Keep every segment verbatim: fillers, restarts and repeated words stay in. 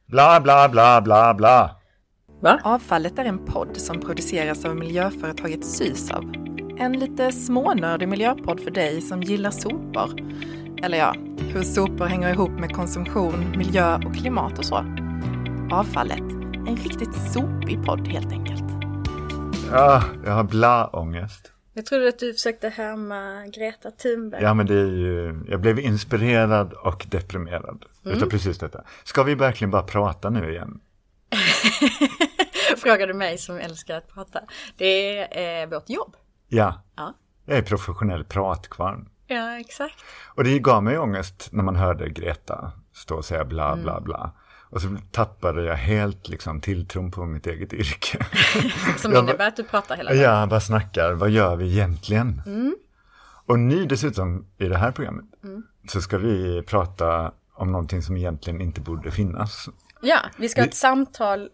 Bla bla bla bla bla. Va? Avfallet är en podd som produceras av miljöföretaget Sysav. En lite smånördig miljöpodd för dig som gillar sopor. Eller ja, hur sopor hänger ihop med konsumtion, miljö och klimat och så. Avfallet. En riktigt sopig podd helt enkelt. Ja, jag har bla-ångest. Jag trodde att du försökte härma Greta Thunberg. Ja, men det är ju... Jag blev inspirerad och deprimerad mm. utav precis detta. Ska vi verkligen bara prata nu igen? Frågar du mig som älskar att prata. Det är eh, vårt jobb. Ja. ja, jag är professionell pratkvarn. Ja, exakt. Och det gav mig ångest när man hörde Greta stå och säga bla bla bla. Mm. Och så tappade jag helt liksom tilltron på mitt eget yrke. Som jag innebär att du pratar hela tiden. Ja, jag bara snackar. Vad gör vi egentligen? Mm. Och nu dessutom i det här programmet mm. så ska vi prata om någonting som egentligen inte borde finnas. Ja, vi ska vi... ha ett samtal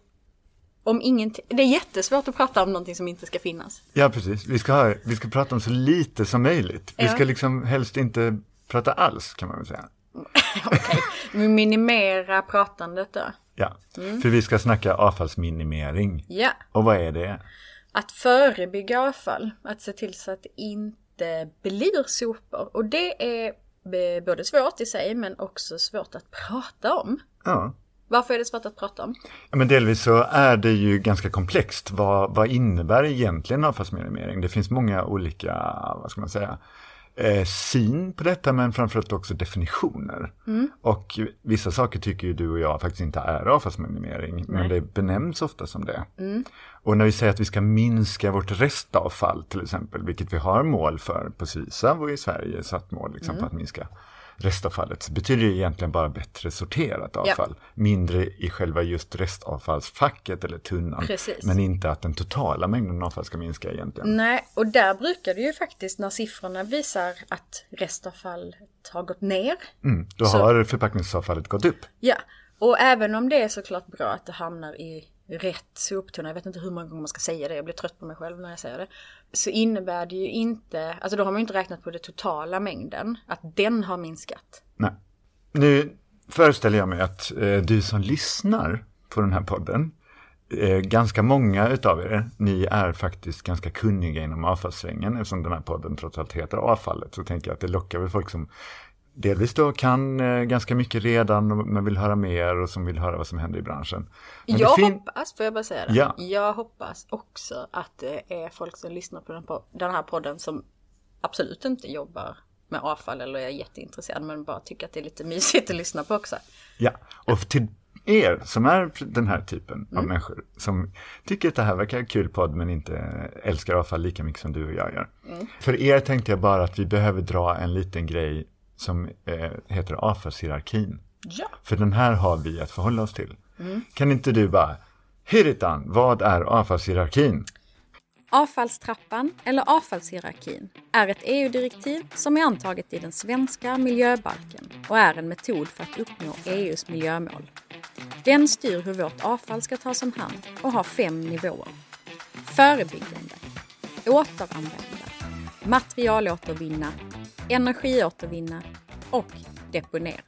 om ingenting. Det är jättesvårt att prata om någonting som inte ska finnas. Ja, precis. Vi ska, ha, vi ska prata om så lite som möjligt. Vi ja. ska liksom helst inte prata alls, kan man väl säga. Okej, okay. Minimera pratandet då. Ja, mm. för vi ska snacka avfallsminimering. Ja. Och vad är det? Att förebygga avfall. Att se till så att det inte blir sopor. Och det är både svårt i sig men också svårt att prata om. Ja. Varför är det svårt att prata om? Ja, men delvis så är det ju ganska komplext. Vad, vad innebär egentligen avfallsminimering? Det finns många olika, vad ska man säga, eh, syn på detta, men framförallt också definitioner. Mm. Och vissa saker tycker ju du och jag faktiskt inte är avfallsminimering, Nej. men det benämns ofta som det. Mm. Och när vi säger att vi ska minska vårt restavfall till exempel, vilket vi har mål för på Sysav och i Sverige satt mål liksom, mm. på att minska restavfallet, så betyder det egentligen bara bättre sorterat avfall. Ja. Mindre i själva just restavfallsfacket eller tunnan. Precis. Men inte att den totala mängden avfall ska minska egentligen. Nej, och där brukar det ju faktiskt när siffrorna visar att restavfall har gått ner. Mm, då så... har förpackningsavfallet gått upp. Ja, och även om det är såklart bra att det hamnar i rätt soptunna, jag vet inte hur många gånger man ska säga det, jag blir trött på mig själv när jag säger det, så innebär det ju inte, alltså då har man ju inte räknat på det totala mängden, att den har minskat. Nej. Nu föreställer jag mig att eh, du som lyssnar på den här podden, eh, ganska många utav er, ni är faktiskt ganska kunniga inom avfallssvängen, eftersom den här podden trots allt heter avfallet, så tänker jag att det lockar väl folk som delvis då kan eh, ganska mycket redan men vill höra mer och som vill höra vad som händer i branschen. Men jag fin- hoppas, får jag bara säga det? Ja. Jag hoppas också att det är folk som lyssnar på den, på den här podden som absolut inte jobbar med avfall eller är jätteintresserad men bara tycker att det är lite mysigt att lyssna på också. Ja, och till er som är den här typen mm. av människor som tycker att det här verkar kul podd men inte älskar avfall lika mycket som du och jag gör. Mm. För er tänkte jag bara att vi behöver dra en liten grej som eh, heter avfallshierarkin. Ja. För den här har vi att förhålla oss till. Mm. Kan inte du bara, Hiritan, vad är avfallshierarkin? Avfallstrappan eller avfallshierarkin är ett E U-direktiv som är antaget i den svenska miljöbalken och är en metod för att uppnå E U:s miljömål. Den styr hur vårt avfall ska tas om hand och har fem nivåer. Förebyggande, återanvända, materialåtervinna, energiåtervinna och deponera.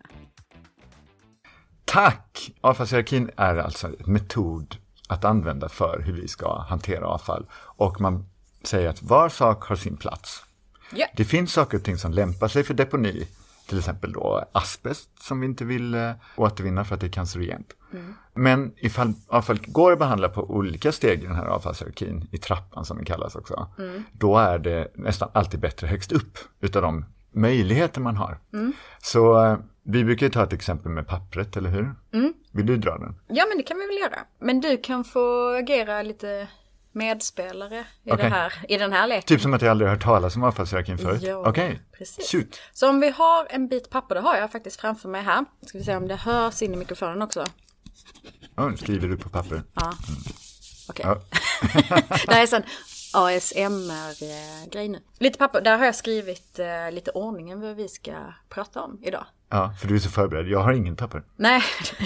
Tack! Avfallshierarkin är alltså en metod att använda för hur vi ska hantera avfall. Och man säger att var sak har sin plats. Yeah. Det finns saker och ting som lämpar sig för deponi. Till exempel då asbest som vi inte vill eh, återvinna för att det är cancerogent. Mm. Men ifall avfall går att behandla på olika steg i den här avfallshierarkin, i trappan som det kallas också, mm. då är det nästan alltid bättre högst upp utav de möjligheter man har. Mm. Så eh, vi brukar ta ett exempel med pappret, eller hur? Mm. Vill du dra den? Ja, men det kan vi väl göra. Men du kan få agera lite medspelare i, okay. det här, i den här leken. Typ som att jag aldrig har hört talas om avfallshierarkin förut? Ja, okej. Okay. Precis. Shoot. Så om vi har en bit papper, det har jag faktiskt framför mig här. Ska vi se om det hörs in i mikrofonen också. Ja, nu skriver du på papper. Ja, mm. okej. Okay. Ja. Det här är sån A S M R-grej nu. Lite papper, där har jag skrivit uh, lite ordningen vad vi ska prata om idag. Ja, för du är så förberedd. Jag har ingen papper. Nej.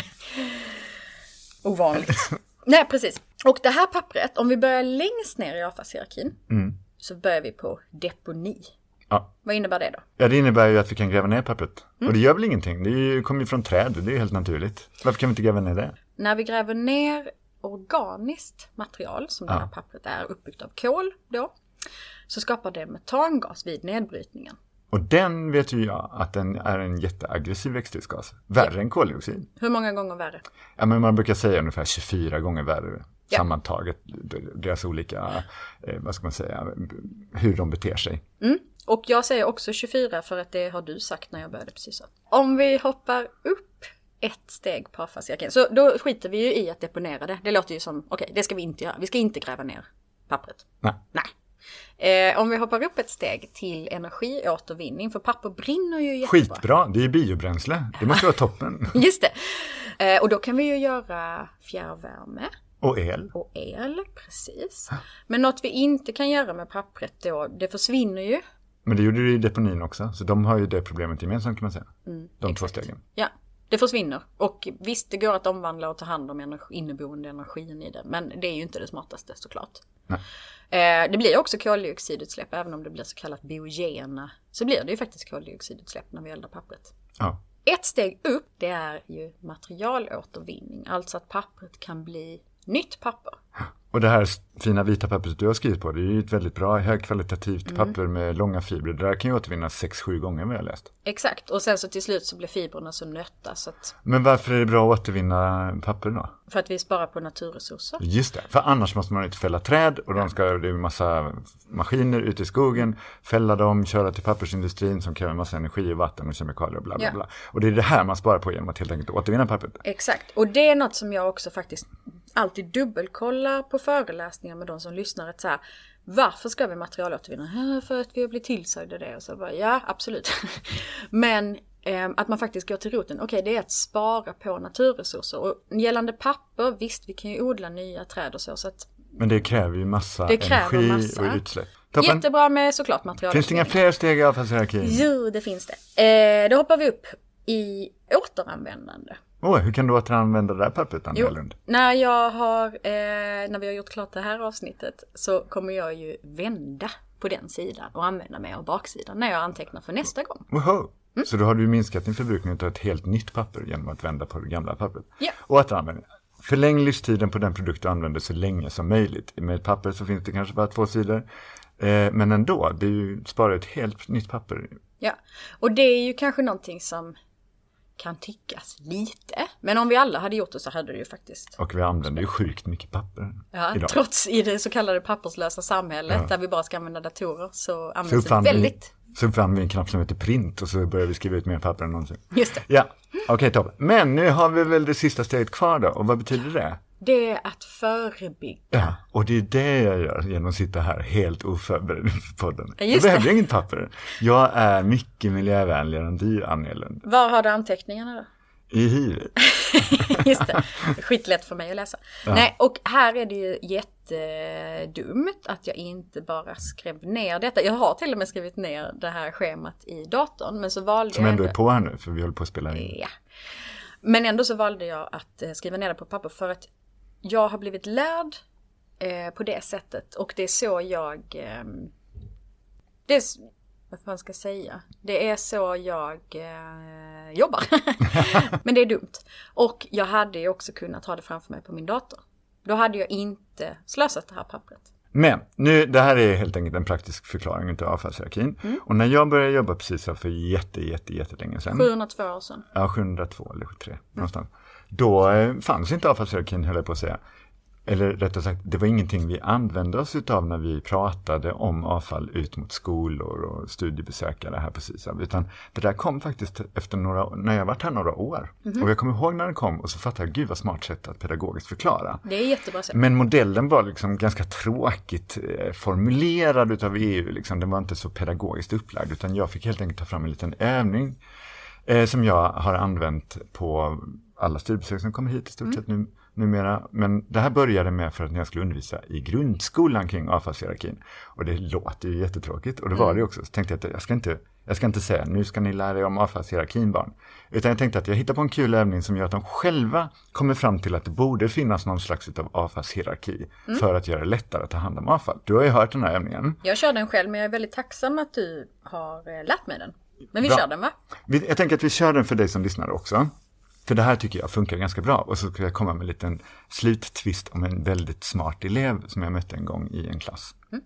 Ovanligt. Nej, precis. Och det här pappret, om vi börjar längst ner i avfallshierarkin mm. så börjar vi på deponi. Ja. Vad innebär det då? Ja, det innebär ju att vi kan gräva ner pappret. Mm. Och det gör väl ingenting. Det är ju, kommer ju från träd, det är ju helt naturligt. Varför kan vi inte gräva ner det? när vi gräver ner organiskt material, som ja. det här pappret är uppbyggt av kol då, så skapar det metangas vid nedbrytningen. Och den vet ju jag att den är en jätteaggressiv växthusgas. Värre ja. än koldioxid. Hur många gånger värre? Ja, men man brukar säga ungefär tjugofyra gånger värre ja. sammantaget. Deras olika, eh, vad ska man säga, hur de beter sig. Mm. Och jag säger också tjugofyra för att det har du sagt när jag började precis så. Om vi hoppar upp ett steg på avfallshierarkin, så då skiter vi ju i att deponera det. Det låter ju som, okej, okay, det ska vi inte göra. Vi ska inte gräva ner pappret. Nej. Nej. Eh, om vi hoppar upp ett steg till energiåtervinning, för papper brinner ju jättebra. Skitbra, det är biobränsle. Det måste vara toppen. Just det. Eh, och då kan vi ju göra fjärrvärme. Och el. Och el, precis. Men något vi inte kan göra med pappret då, det försvinner ju. Men det gjorde det i deponin också. Så de har ju det problemet gemensamt kan man säga. Mm, de exakt. två stegen. Ja, det försvinner. Och visst, det går att omvandla och ta hand om energi, inneboende energin i det. Men det är ju inte det smartaste såklart. Nej. Eh, det blir också koldioxidutsläpp, även om det blir så kallat biogena. Så blir det ju faktiskt koldioxidutsläpp när vi eldar pappret. Ja. Ett steg upp, det är ju materialåtervinning. Alltså att pappret kan bli nytt papper. Och det här fina vita pappret du har skrivit på, det är ju ett väldigt bra, högkvalitativt mm. papper med långa fibrer. Det där kan ju återvinnas sex sju gånger vad jag läst. Exakt, och sen så till slut så blir fibrerna så nötta så att... Men varför är det bra att återvinna papper då? För att vi sparar på naturresurser. Just det, för annars måste man inte fälla träd och de ska, det är en massa maskiner ute i skogen, fälla dem, köra till pappersindustrin som kräver en massa energi, vatten och kemikalier och bla bla ja. bla. Och det är det här man sparar på genom att helt enkelt återvinna pappret. Exakt, och det är något som jag också faktiskt alltid dubbelkollar på föreläsningar med de som lyssnar. Att så här, varför ska vi materialåtervinna? För att vi har blivit tillsagda det. Och så bara, ja, absolut. Men eh, att man faktiskt går till roten. Okej, okay, det är att spara på naturresurser. Och gällande papper, visst, vi kan ju odla nya träd och så. så att, men det kräver ju massa det kräver energi massa. och utsläpp. Toppen. Jättebra med såklart material. Finns det inga fler steg i avfallshierarkin? Jo, det finns det. Eh, då hoppar vi upp i återanvändande. Åh, oh, hur kan du återanvända det där pappret, Anna Lund? När jag har, eh, när vi har gjort klart det här avsnittet så kommer jag ju vända på den sidan och använda mig av baksidan när jag antecknar för nästa gång. Wow. Mm. Så då har du minskat din förbrukning och ett helt nytt papper genom att vända på det gamla pappret. Ja. Och återanvändning. Förläng livstiden på den produkt du använder så länge som möjligt. Med ett papper så finns det kanske bara två sidor. Eh, men ändå, det är ju sparar ett helt nytt papper. Ja, och det är ju kanske någonting som kan tyckas lite. Men om vi alla hade gjort det så hade det ju faktiskt... Och vi använder ju sjukt mycket papper ja, idag. Trots i det så kallade papperslösa samhället ja. där vi bara ska använda datorer så används så det väldigt... Vi, så uppfann vi en knapp som heter print och så började vi skriva ut mer papper än någonsin. Just det. Ja, okej okay, topp. Men nu har vi väl det sista steget kvar då. Och vad betyder det? Det är att förebygga. Ja, och det är det jag gör genom att sitta här helt oförberedd på podden. Ja, jag behöver inget papper. Jag är mycket miljövänligare än du, Anna Lund. Var har du anteckningarna då? I huvudet. Just det. Skitlätt för mig att läsa. Ja. Nej, och här är det ju jättedumt att jag inte bara skrev ner detta. Jag har till och med skrivit ner det här schemat i datorn. Men så valde Som jag ändå är på här nu, för vi håller på att spela in. Ja. Men ändå så valde jag att skriva ner det på papper för att jag har blivit lärd eh, på det sättet. Och det är så jag... Eh, det är, vad man ska säga? Det är så jag eh, jobbar. Men det är dumt. Och jag hade ju också kunnat ha det framför mig på min dator. Då hade jag inte slösat det här pappret. Men nu, det här är helt enkelt en praktisk förklaring till avfallshierarkin. Mm. Och när jag började jobba precis här för jätte, jätte, jättelänge sedan. sjuhundratvå år sedan. Ja, sjuhundratvå eller sjuhundratre mm. någonstans. Då eh, fanns inte avfallshierarkin, höll jag på att säga. Eller rättare sagt, det var ingenting vi använde oss utav när vi pratade om avfall ut mot skolor och studiebesökare här precis. Utan det där kom faktiskt efter några, när jag varit här några år. Mm-hmm. Och jag kommer ihåg när den kom och så fattade jag, gud vad smart sätt att pedagogiskt förklara. Det är jättebra sätt. Men modellen var liksom ganska tråkigt eh, formulerad utav E U. Liksom. Den var inte så pedagogiskt upplagd utan jag fick helt enkelt ta fram en liten övning eh, som jag har använt på alla studiebesök som kommer hit i stort sett mm. nu. Numera. Men det här började med för att jag skulle undervisa i grundskolan kring avfallshierarkin. Och det låter ju jättetråkigt. Och det var det också. Så tänkte jag att jag ska inte, jag ska inte säga nu ska ni lära er om avfallshierarkin barn. Utan jag tänkte att jag hittar på en kul övning som gör att de själva kommer fram till att det borde finnas någon slags av avfallshierarki. Mm. För att göra det lättare att ta hand om avfall. Du har ju hört den här övningen. Jag kör den själv men jag är väldigt tacksam att du har lärt mig den. Men vi Bra. kör den va? Jag tänker att vi kör den för dig som lyssnar också. För det här tycker jag funkar ganska bra. Och så ska jag komma med en liten sluttvist om en väldigt smart elev som jag mötte en gång i en klass. Mm.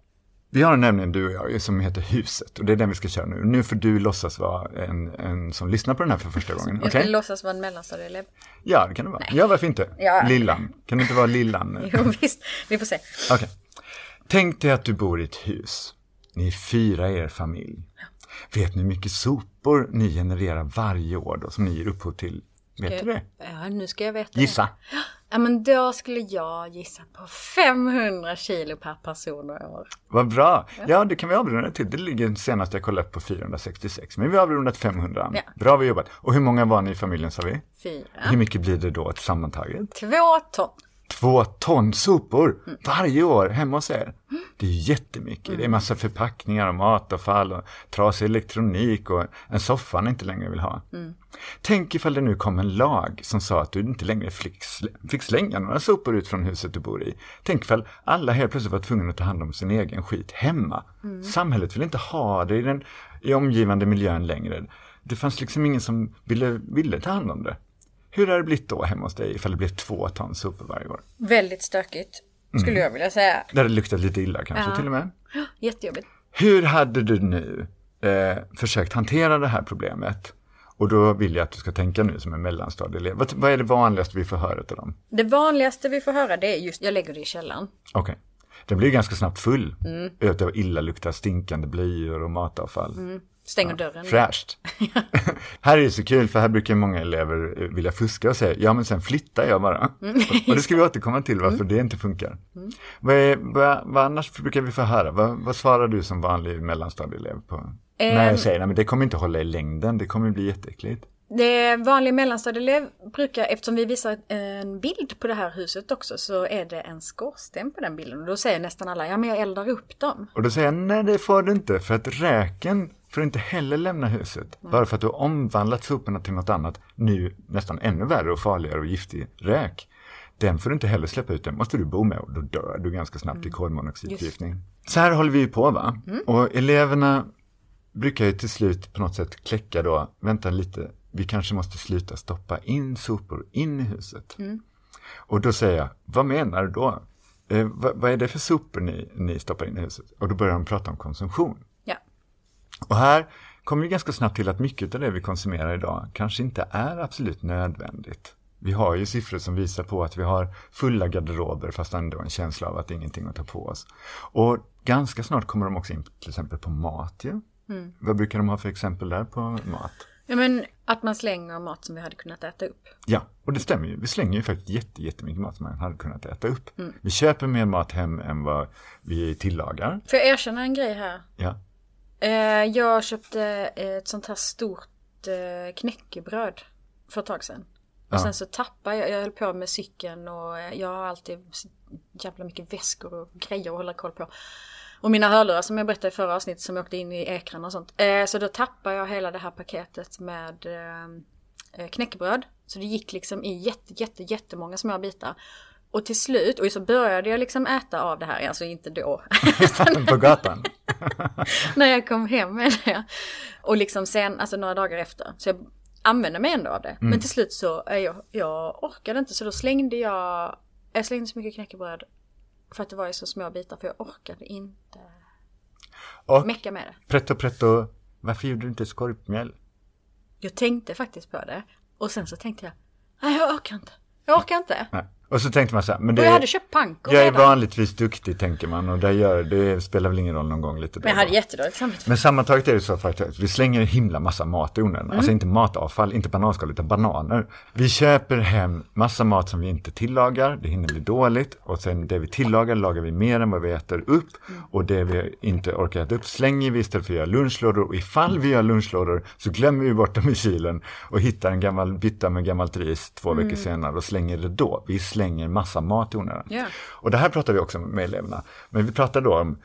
Vi har nämligen du och jag som heter Huset och det är den vi ska köra nu. Nu får du låtsas vara en, en som lyssnar på den här för första gången. Jag ska okay? låtsas vara en mellanstadieelev. Ja, det kan det vara. Nej. Ja, varför inte? Ja. Lillan. Kan du inte vara Lillan? Jo, visst. Vi får se. Okej. Okay. Tänk dig att du bor i ett hus. Ni är fyra i er familj. Ja. Vet ni hur mycket sopor ni genererar varje år då, som ni ger upphov till? Vet jag, du det? Ja, nu ska jag veta. Gissa. Det. Ja, men då skulle jag gissa på femhundra kilo per person och år. Vad bra. Ja, ja det kan vi avrunda till. Det ligger senast jag kollade på fyrahundrasextiosex. Men vi har avrundat femhundra. Ja. Bra vi jobbat. Och hur många var ni i familjen, sa vi? Fyra. Hur mycket blir det då sammantaget? Två ton. Två ton sopor mm. varje år hemma hos er. Mm. Det är jättemycket. Mm. Det är massa förpackningar och matavfall och trasig elektronik och en soffa ni inte längre vill ha. Mm. Tänk ifall det nu kom en lag som sa att du inte längre fick, sl- fick slänga några sopor ut från huset du bor i. Tänk ifall alla helt plötsligt var tvungna att ta hand om sin egen skit hemma. Mm. Samhället vill inte ha det i den i omgivande miljön längre. Det fanns liksom ingen som ville, ville ta hand om det. Hur har det blivit då hemma hos dig ifall det blir två ton sopor varje år? Väldigt stökigt, skulle mm. jag vilja säga. Det hade luktat lite illa kanske ja. till och med. Ja, jättejobbigt. Hur hade du nu eh, försökt hantera det här problemet? Och då vill jag att du ska tänka nu som en mellanstadieelev. Vad, vad är det vanligaste vi får höra av dem? Det vanligaste vi får höra det är just, jag lägger det i källaren. Okej. Okay. Den blir ganska snabbt full. Mm. Utav illa luktar stinkande blöjor och matavfall. Mm. Stänger ja, dörren. Fräscht. Här är det så kul för här brukar många elever vilja fuska och säga ja men sen flyttar jag bara. Mm. Och det ska vi återkomma till varför mm. det inte funkar. Mm. Vad, är, vad, vad annars brukar vi få höra? Vad, vad svarar du som vanlig mellanstadieelev på? Um, När jag säger nej men det kommer inte hålla i längden, det kommer bli jätteäckligt. Det vanliga mellanstadieelev brukar, eftersom vi visar en bild på det här huset också, så är det en skorsten på den bilden. Och då säger nästan alla, ja men jag eldar upp dem. Och då säger jag, nej det får du inte, för att räken får inte heller lämna huset. Mm. Bara för att du har omvandlat soporna till något annat, nu nästan ännu värre och farligare och giftig räk. Den får du inte heller släppa ut, den måste du bo med och då dör du ganska snabbt mm. i kolmonoxidförgiftning. Så här håller vi ju på va? Mm. Och eleverna brukar ju till slut på något sätt kläcka då, vänta lite, vi kanske måste sluta stoppa in sopor in i huset. Mm. Och då säger jag, vad menar du då? Eh, vad, vad är det för sopor ni, ni stoppar in i huset? Och då börjar de prata om konsumtion. Ja. Och här kommer vi ganska snabbt till att mycket av det vi konsumerar idag kanske inte är absolut nödvändigt. Vi har ju siffror som visar på att vi har fulla garderober fast ändå en känsla av att det är ingenting att ta på oss. Och ganska snart kommer de också in till exempel på mat. Ja? Mm. Vad brukar de ha för exempel där på mat? Ja, men att man slänger mat som vi hade kunnat äta upp. Ja, och det stämmer ju. Vi slänger ju faktiskt jätte, jättemycket mat som man hade kunnat äta upp. Mm. Vi köper mer mat hem än vad vi tillagar. Får jag erkänna en grej här? Ja. Jag köpte ett sånt här stort knäckebröd för ett tag sedan. Och ja. sen så tappade jag, jag höll på med cykeln och jag har alltid jävla mycket väskor och grejer att hålla koll på. Och mina hörlurar som jag berättade i förra avsnittet som jag åkte in i ekran och sånt. Eh, så då tappade jag hela det här paketet med eh, knäckebröd. Så det gick liksom i jätte, jätte, jättemånga små bitar. Och till slut, och så började jag liksom äta av det här, alltså inte då. På gatan? När jag kom hem med det. Och liksom sen, alltså några dagar efter. Så jag använde mig ändå av det. Mm. Men till slut så, eh, jag, jag orkade inte. Så då slängde jag, jag slängde så mycket knäckebröd. För att det var ju så små bitar, för jag orkade inte och mecka med det. Pretto, pretto, varför gjorde du inte skorpmjöl? Jag tänkte faktiskt på det. Och sen så tänkte jag, nej jag orkar inte. Jag orkar inte. Nej. Och så tänkte man så här, men det, och jag hade köpt panko. Jag är redan. vanligtvis duktig tänker man och det, gör, det spelar väl ingen roll någon gång lite. Men jag hade jättedåligt samtidigt. Men sammantaget är det så faktiskt, vi slänger himla massa mat i onödan. Mm. Alltså inte matavfall, inte bananskal utan bananer. Vi köper hem massa mat som vi inte tillagar, det hinner bli dåligt. Och sen det vi tillagar lagar vi mer än vad vi äter upp. Mm. Och det vi inte orkar äta upp slänger vi istället för att göra lunchlådor. Och ifall vi gör lunchlådor så glömmer vi bort dem i kylen och hittar en gammal bytta med gammalt ris två mm. veckor senare och slänger det då. Vi slänger massa mat. Yeah. Och det här pratar vi också med eleverna. Men vi pratar då om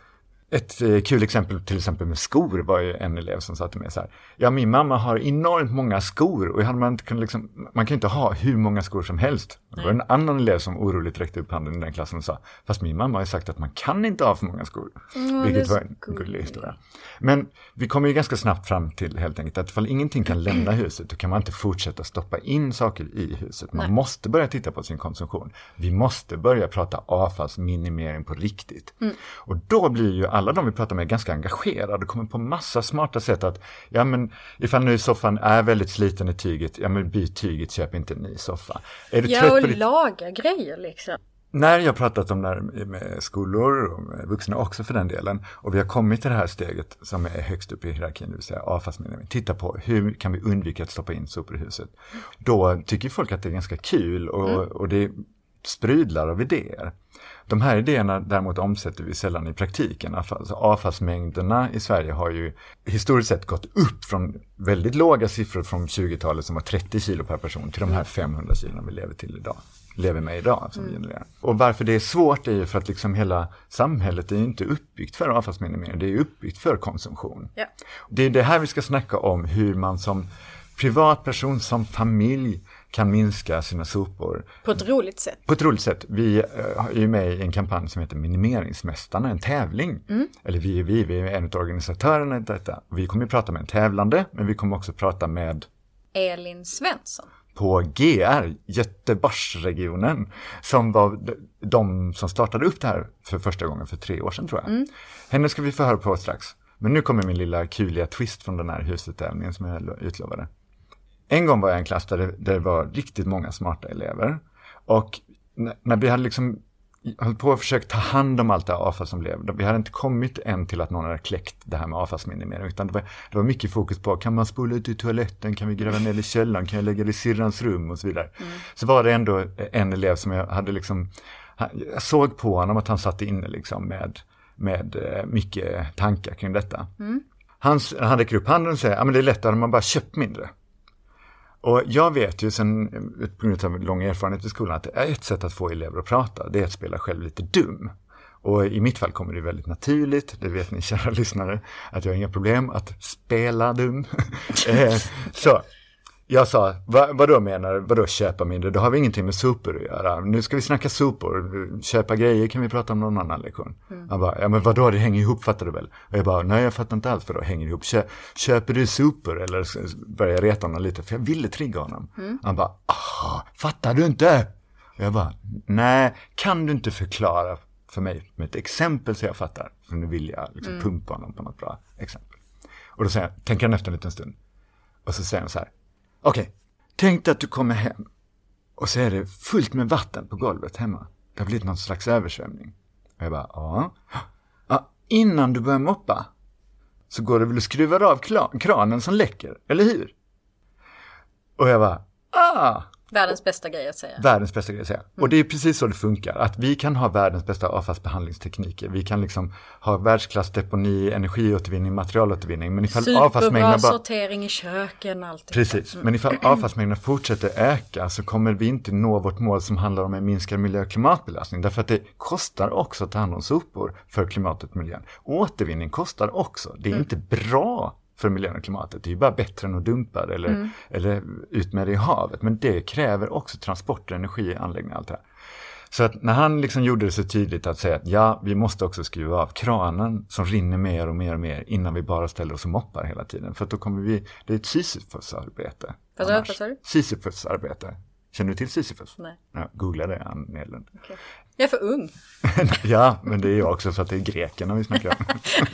Ett eh, kul exempel till exempel med skor var ju en elev som sa till mig så här. Ja, min mamma har enormt många skor och hade man, inte kunnat liksom, man kan inte ha hur många skor som helst. Det var en annan elev som oroligt räckte upp handen i den klassen och sa, fast min mamma har ju sagt att man kan inte ha för många skor. Mm, vilket var en gullig historia. Men vi kommer ju ganska snabbt fram till helt enkelt att ifall ingenting kan lämna huset, då kan man inte fortsätta stoppa in saker i huset. Man Nej. måste börja titta på sin konsumtion. Vi måste börja prata avfallsminimering på riktigt. Mm. Och då blir ju alla de vi pratar med ganska engagerade och kommer på massa smarta sätt att, ja men ifall nu soffan är väldigt sliten i tyget, ja men byt tyget, köp inte en ny soffa. Är du ja, och ditt... laga grejer liksom. När jag pratat om det här med skolor och med vuxna också för den delen, och vi har kommit till det här steget som är högst upp i hierarkin, det vill säga avfallsminimering. Titta på hur kan vi undvika att stoppa in sopor i huset. Då tycker folk att det är ganska kul och, mm. och det sprudlar av idéer. De här idéerna däremot omsätter vi sällan i praktiken. Alltså avfallsmängderna i Sverige har ju historiskt sett gått upp från väldigt låga siffror från tjugotalet som var trettio kilo per person till de här femhundra kilo vi lever till idag. lever med idag som mm. vi genererar. Och varför det är svårt är ju för att liksom hela samhället är inte uppbyggt för avfallsminimering. Det är uppbyggt för konsumtion. Ja. Det är det här vi ska snacka om, hur man som privatperson, som familj kan minska sina sopor. På ett roligt sätt. På ett roligt sätt. Vi är ju med i en kampanj som heter Minimeringsmästarna, en tävling. Mm. Eller vi är vi, vi är en av organisatörerna i detta. Vi kommer att prata med en tävlande, men vi kommer också prata med Elin Svensson. På G R, Göteborgsregionen, som var de som startade upp det här för första gången för tre år sedan tror jag. Mm. Henne ska vi få höra på strax. Men nu kommer min lilla kuliga twist från den här husuttävlingen som jag utlovade. En gång var jag i en klass där det, där det var riktigt många smarta elever. Och n- när vi hade liksom höll på att försöka ta hand om allt det avfall som blev. Vi hade inte kommit än till att någon hade kläckt det här med avfallsminimering. Utan det var, det var mycket fokus på, kan man spola ut i toaletten? Kan vi gräva ner i källaren? Kan jag lägga det i syrrans rum? Och så vidare. Mm. Så var det ändå en elev som jag hade liksom, jag såg på honom att han satt inne liksom med, med mycket tankar kring detta. Mm. Han, han räcker upp handen och säger, ja men det är lättare om man bara köpt mindre. Och jag vet ju sen på grund av lång erfarenhet i skolan att det är ett sätt att få elever att prata. Det är att spela själv lite dum. Och i mitt fall kommer det väldigt naturligt, det vet ni kära lyssnare, att jag har inga problem att spela dum. Så jag sa, vad, vad då menar, vad då köpa mindre? Då har vi ingenting med sopor att göra. Nu ska vi snacka sopor, köpa grejer kan vi prata om någon annan lektion. Mm. Han bara, ja men vad då, det hänger ihop, fattar du väl? Och jag bara, nej jag fattar inte alls vad då hänger ihop. Kö, köper du sopor? Eller börjar jag reta honom lite, för jag ville trigga honom. Mm. Han bara, ah, fattar du inte? Och jag bara, nej, kan du inte förklara för mig med ett exempel så jag fattar? För nu vill jag liksom mm. pumpa honom på något bra exempel. Och då säger jag, tänker han efter en liten stund. Och så säger han så här, okej, okay. Tänk dig att du kommer hem och så är det fullt med vatten på golvet hemma. Det har blivit någon slags översvämning. Och jag bara, ja. ja. Innan du börjar moppa så går det väl att skruva av kla- kranen som läcker, eller hur? Och jag bara, ah! Världens bästa grej att säga. Världens bästa grej att säga. Mm. Och det är precis så det funkar. Att vi kan ha världens bästa avfallsbehandlingstekniker. Vi kan liksom ha världsklassdeponi, energiåtervinning, materialåtervinning. Men ifall avfallsmängderna bara... sortering i köken, allt. Precis. Mm. Men ifall avfallsmängderna fortsätter öka så kommer vi inte nå vårt mål som handlar om en minskad miljö- och klimatbelastning. Därför att det kostar också att ta hand om sopor för klimatet och miljön. Återvinning kostar också. Det är mm. inte bra för miljön och klimatet. Det är ju bara bättre än att dumpa det eller, mm. eller ut med det i havet. Men det kräver också transporter, energi, anläggningar och allt det här. Så att när han liksom gjorde det så tydligt att säga att ja, vi måste också skruva av kranen som rinner mer och mer och mer innan vi bara ställer oss och moppar hela tiden. För att då kommer vi, det är ett Sisyfos-arbete. Vad sa du? Sisyfos-arbete. Känner du till Sisyfos? Nej. Ja, googla det, Ann Nedlund. Okay. Jag är för ung. Ja, men det är jag också för att det är grekerna vi snackar om.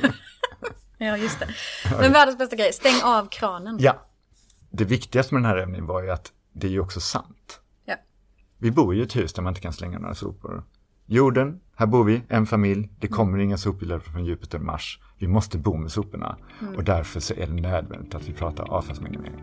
Ja, just det. Men världens bästa grej, stäng av kranen. Ja, det viktigaste med den här övningen var ju att det är ju också sant. Ja. Vi bor i ett hus där man inte kan slänga några sopor. Jorden, här bor vi, en familj. Det kommer mm. inga sopbilar från Jupiter och Mars. Vi måste bo med soporna. Mm. Och därför så är det nödvändigt att vi pratar avfallsminimering.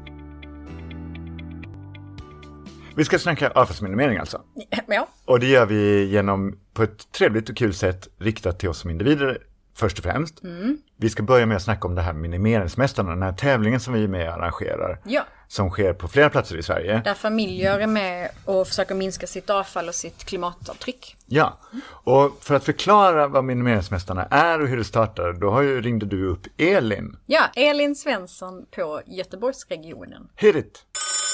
Vi ska snacka avfallsminimering alltså. Ja. Och det gör vi genom, på ett trevligt och kul sätt, riktat till oss som individer, först och främst. Mm. Vi ska börja med att snacka om det här minimeringsmästarna, den här tävlingen som vi är med och arrangerar. Ja. Som sker på flera platser i Sverige. Där familjer är med och försöker minska sitt avfall och sitt klimatavtryck. Ja, och för att förklara vad minimeringsmästarna är och hur det startar, då har ju, ringde du upp Elin. Ja, Elin Svensson på Göteborgsregionen. Hit it.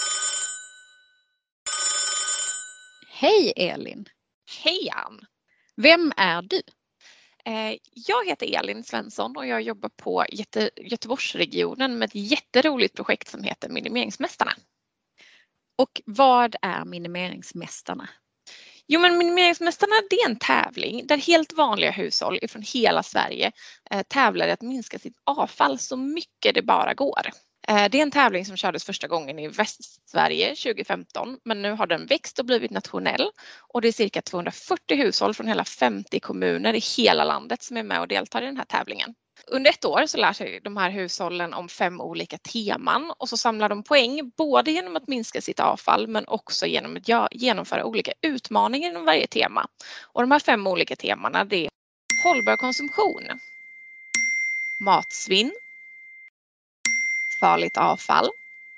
Hej Elin! Hej Ann! Vem är du? Jag heter Elin Svensson och jag jobbar på Göte- Göteborgsregionen med ett jätteroligt projekt som heter Minimeringsmästarna. Och vad är Minimeringsmästarna? Jo, men Minimeringsmästarna, det är en tävling där helt vanliga hushåll från hela Sverige eh, tävlar i att minska sitt avfall så mycket det bara går. Eh, det är en tävling som kördes första gången i Västsverige tjugo femton, men nu har den växt och blivit nationell. Och det är cirka tvåhundrafyrtio hushåll från hela femtio kommuner i hela landet som är med och deltar i den här tävlingen. Under ett år så lär sig de här hushållen om fem olika teman och så samlar de poäng både genom att minska sitt avfall men också genom att genomföra olika utmaningar inom varje tema. Och de här fem olika temana, det är hållbar konsumtion, matsvinn, farligt avfall,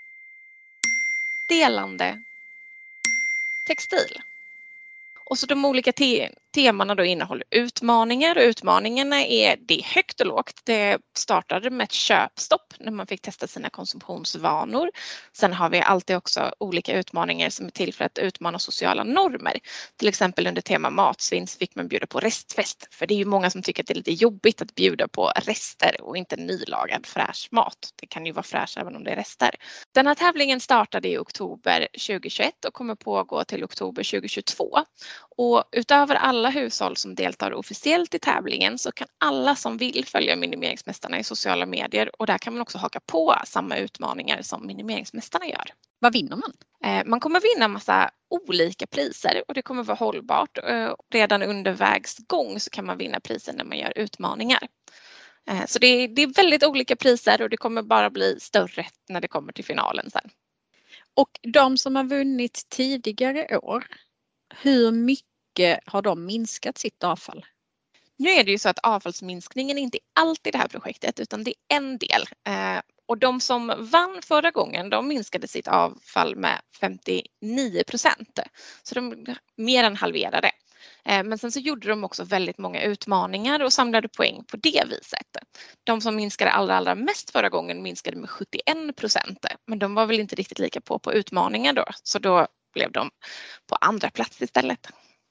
delande, textil. Och så de olika te- temana då innehåller utmaningar och utmaningarna är, det är högt och lågt. Det startade med ett köpstopp när man fick testa sina konsumtionsvanor. Sen har vi alltid också olika utmaningar som är till för att utmana sociala normer. Till exempel under tema matsvinn fick man bjuda på restfest. För det är ju många som tycker att det är lite jobbigt att bjuda på rester och inte nylagad fräsch mat. Det kan ju vara fräsch även om det är rester. Den här tävlingen startade i oktober tjugohundratjugoett och kommer pågå till oktober tjugohundratjugotvå. Och utöver alla hushåll som deltar officiellt i tävlingen så kan alla som vill följa Minimeringsmästarna i sociala medier och där kan man också haka på samma utmaningar som Minimeringsmästarna gör. Vad vinner man? Man kommer vinna massa olika priser och det kommer vara hållbart. Redan under vägs gång så kan man vinna priser när man gör utmaningar. Så det är, det är väldigt olika priser och det kommer bara bli större när det kommer till finalen sen. Och de som har vunnit tidigare år, hur mycket har de minskat sitt avfall? Nu är det ju så att avfallsminskningen är inte alltid det här projektet utan det är en del. Och de som vann förra gången, de minskade sitt avfall med femtionio procent. Så de mer än halverade. Men sen så gjorde de också väldigt många utmaningar och samlade poäng på det viset. De som minskade allra, allra mest förra gången minskade med sjuttioen procent. Men de var väl inte riktigt lika på på utmaningar då. Så då blev de på andra plats istället.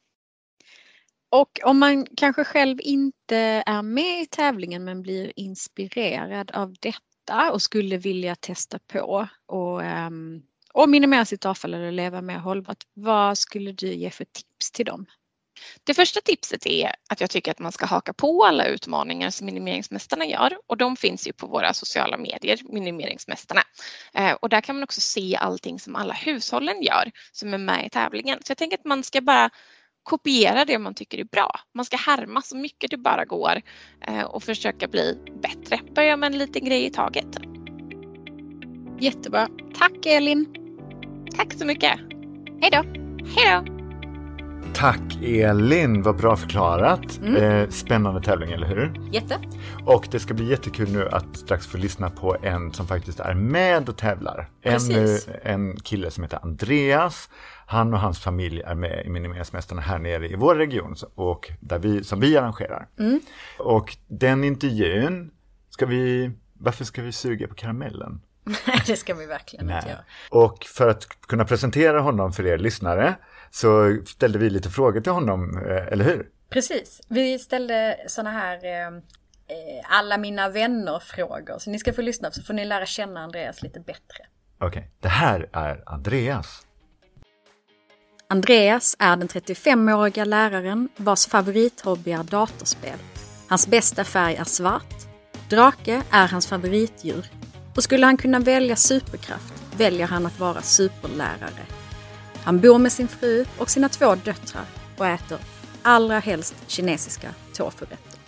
Och om man kanske själv inte är med i tävlingen men blir inspirerad av detta och skulle vilja testa på och, um, och minimera sitt avfall eller leva mer hållbart, vad skulle du ge för tips till dem? Det första tipset är att jag tycker att man ska haka på alla utmaningar som Minimeringsmästarna gör och de finns ju på våra sociala medier, Minimeringsmästarna. Eh, och där kan man också se allting som alla hushållen gör som är med i tävlingen. Så jag tänker att man ska bara kopiera det man tycker är bra. Man ska härma så mycket det bara går eh, och försöka bli bättre. Börja med en liten grej i taget. Jättebra. Tack Elin. Tack så mycket. Hej då. Hej då. Tack Elin, vad bra förklarat. Mm. Eh, spännande tävling, eller hur? Jätte. Och det ska bli jättekul nu att strax få lyssna på en som faktiskt är med och tävlar. En, en kille som heter Andreas. Han och hans familj är med i Minimeringsmästarna här nere i vår region och där vi, som vi arrangerar. Mm. Och den intervjun, ska vi, varför ska vi suga på karamellen? Nej, det ska vi verkligen Nej. inte göra. Och för att kunna presentera honom för er lyssnare så ställde vi lite frågor till honom, eller hur? Precis. Vi ställde såna här eh, alla mina vänner-frågor. Så ni ska få lyssna så får ni lära känna Andreas lite bättre. Okej, okay. Det här är Andreas. Andreas är den trettiofemåriga läraren vars favorithobby är datorspel. Hans bästa färg är svart. Drake är hans favoritdjur. Och skulle han kunna välja superkraft väljer han att vara superlärare. Han bor med sin fru och sina två döttrar och äter allra helst kinesiska tofurätter.